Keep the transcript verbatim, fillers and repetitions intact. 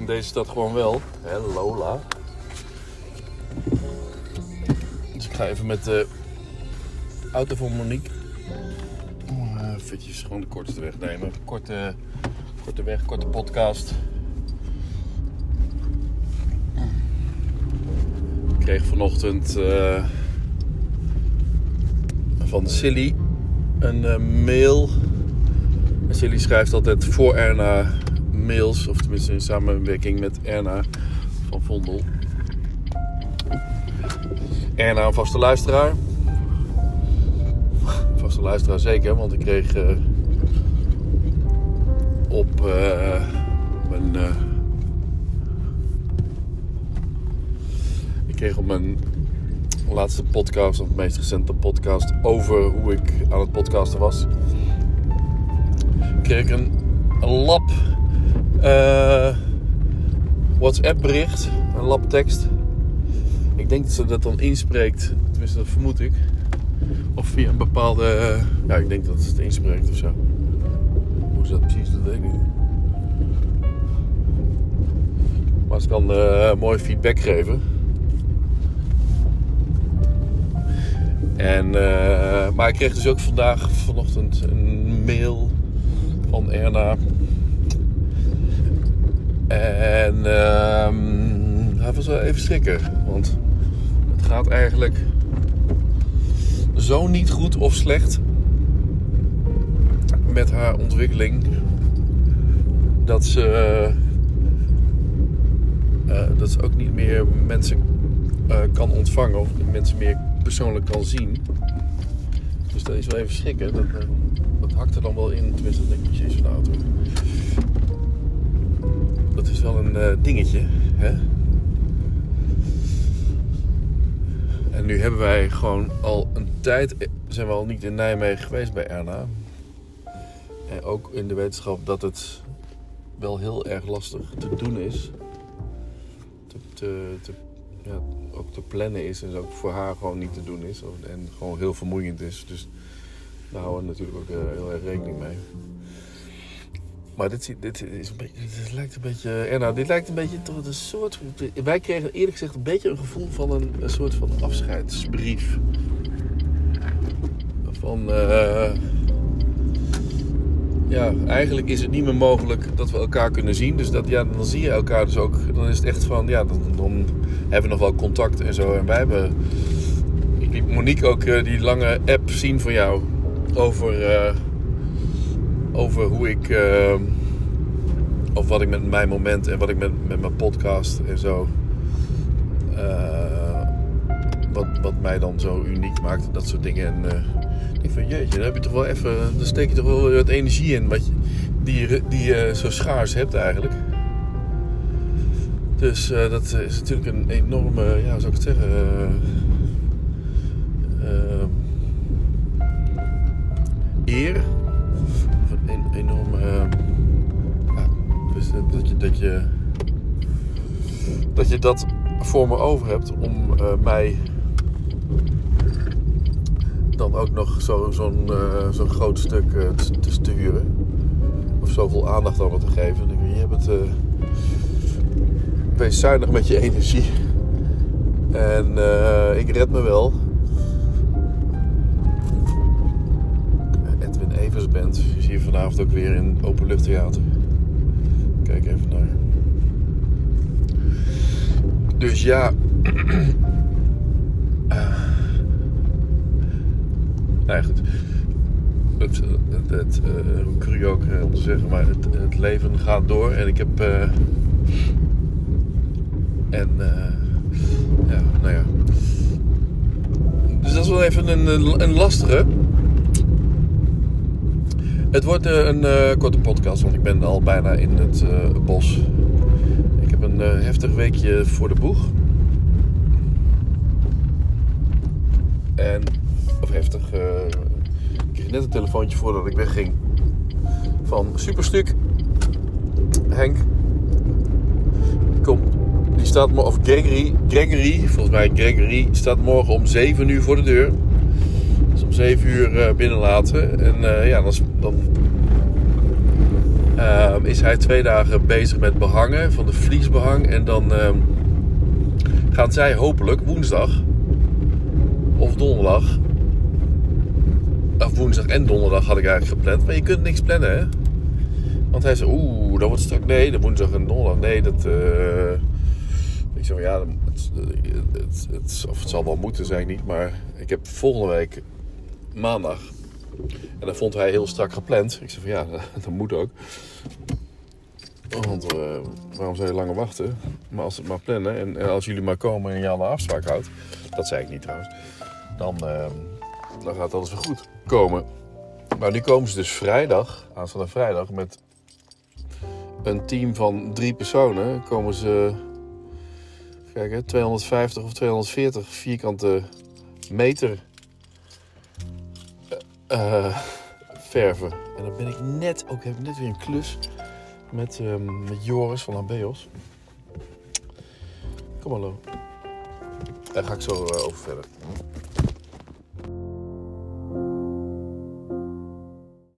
in deze stad gewoon wel. Hè, Lola. Dus ik ga even met de auto van Monique. Uh, eventjes gewoon de kortste weg nemen. Korte, korte weg, korte podcast. Ik kreeg vanochtend uh, van Silly een uh, mail. En Silly schrijft altijd voor Erna mails, of tenminste in samenwerking met Erna van Vondel. Erna, een vaste luisteraar. Vaste luisteraar zeker, want ik kreeg uh, op uh, mijn uh, ik kreeg op mijn laatste podcast, of meest recente podcast, over hoe ik aan het podcasten was, kreeg ik een, een lab uh, WhatsApp bericht, een lab tekst. Ik denk dat ze dat dan inspreekt, tenminste dat vermoed ik. Of via een bepaalde, uh, ja ik denk dat het inspreekt of zo. Hoe ze dat precies doet, weet ik niet. Maar ze kan uh, mooi feedback geven. En, uh, maar ik kreeg dus ook vandaag, vanochtend, een mail van Erna. En uh, hij was wel even schrikken, want het gaat eigenlijk zo niet goed of slecht met haar ontwikkeling dat ze, uh, dat ze ook niet meer mensen uh, kan ontvangen of mensen meer persoonlijk kan zien. Dus dat is wel even schrikken. Dat, uh, dat hakt er dan wel in. Tenminste, dat denk ik precies van de auto. Dat is wel een uh, dingetje, hè? En nu hebben wij gewoon al een tijd, zijn we al niet in Nijmegen geweest bij Erna. En ook in de wetenschap dat het wel heel erg lastig te doen is. Te, te, te, ja, ook te plannen is en ook voor haar gewoon niet te doen is. En gewoon heel vermoeiend is. Dus daar houden we natuurlijk ook heel erg rekening mee. Maar dit, dit, is een beetje, dit lijkt een beetje... Erna, dit lijkt een beetje tot een soort... Wij kregen eerlijk gezegd een beetje een gevoel van een, een soort van afscheidsbrief. Van... Uh, ja, eigenlijk is het niet meer mogelijk dat we elkaar kunnen zien. Dus dat, ja, dan zie je elkaar dus ook... Dan is het echt van... Ja, dan, dan hebben we nog wel contact en zo. En wij hebben... Ik liet Monique ook uh, die lange app zien van jou. Over... Uh, Over hoe ik, uh, of wat ik met mijn moment en wat ik met, met mijn podcast en zo, uh, wat, wat mij dan zo uniek maakt, dat soort dingen. En uh, ik denk van jeetje, daar heb je toch wel even, daar steek je toch wel wat energie in, wat je, die, die je zo schaars hebt eigenlijk. Dus uh, dat is natuurlijk een enorme, ja, hoe zou ik het zeggen, uh, uh, eer. Een enorme, uh, ja, dus dat je, dat je dat je dat voor me over hebt om uh, mij dan ook nog zo, zo'n, uh, zo'n groot stuk uh, te, te sturen of zoveel aandacht aan wat te geven. Dan denk ik, je hebt het, uh, wees zuinig met je energie en uh, ik red me wel. Eversband. Je ziet vanavond ook weer in openluchttheater. Kijk even naar. Dus ja. uh. Nee, goed. Het, het, het, uh, hoe cru ook uh, om te zeggen, maar het, het leven gaat door en ik heb. Uh, en uh, ja, nou ja. Dus dat is wel even een, een lastige. Het wordt uh, een uh, korte podcast, want ik ben al bijna in het uh, bos. Ik heb een uh, heftig weekje voor de boeg. En, of heftig, uh, ik kreeg net een telefoontje voordat ik wegging. Van Superstuk. Henk. Kom, die staat morgen, of Gregory, Gregory, volgens mij Gregory, staat morgen om zeven uur voor de deur. Dus om zeven uur uh, binnenlaten. En uh, ja, dan, dan uh, is hij twee dagen bezig met behangen van de vliesbehang. En dan uh, gaan zij hopelijk woensdag of donderdag, of woensdag en donderdag had ik eigenlijk gepland. Maar je kunt niks plannen, hè. Want hij zei, oeh, dat wordt straks, nee, de woensdag en donderdag, nee, dat... Uh... Ik zeg, ja, het, het, het, of het zal wel moeten, zei ik niet. Maar ik heb volgende week maandag. En dat vond hij heel strak gepland. Ik zei van, ja, dat, dat moet ook. Want uh, waarom zou je langer wachten? Maar als het maar plannen en, en als jullie maar komen en je aan de afspraak houdt. Dat zei ik niet trouwens. Dan, uh, dan gaat alles weer goed komen. Maar nu komen ze dus vrijdag, aanstaande vrijdag, met een team van drie personen. Komen ze, kijk hè, tweehonderdvijftig of tweehonderdveertig vierkante meter uh, verven. En dan ben ik net, ook heb ik net weer een klus met, um, met Joris van Abeos. Kom maar, Lo. Daar ga ik zo uh, over verder.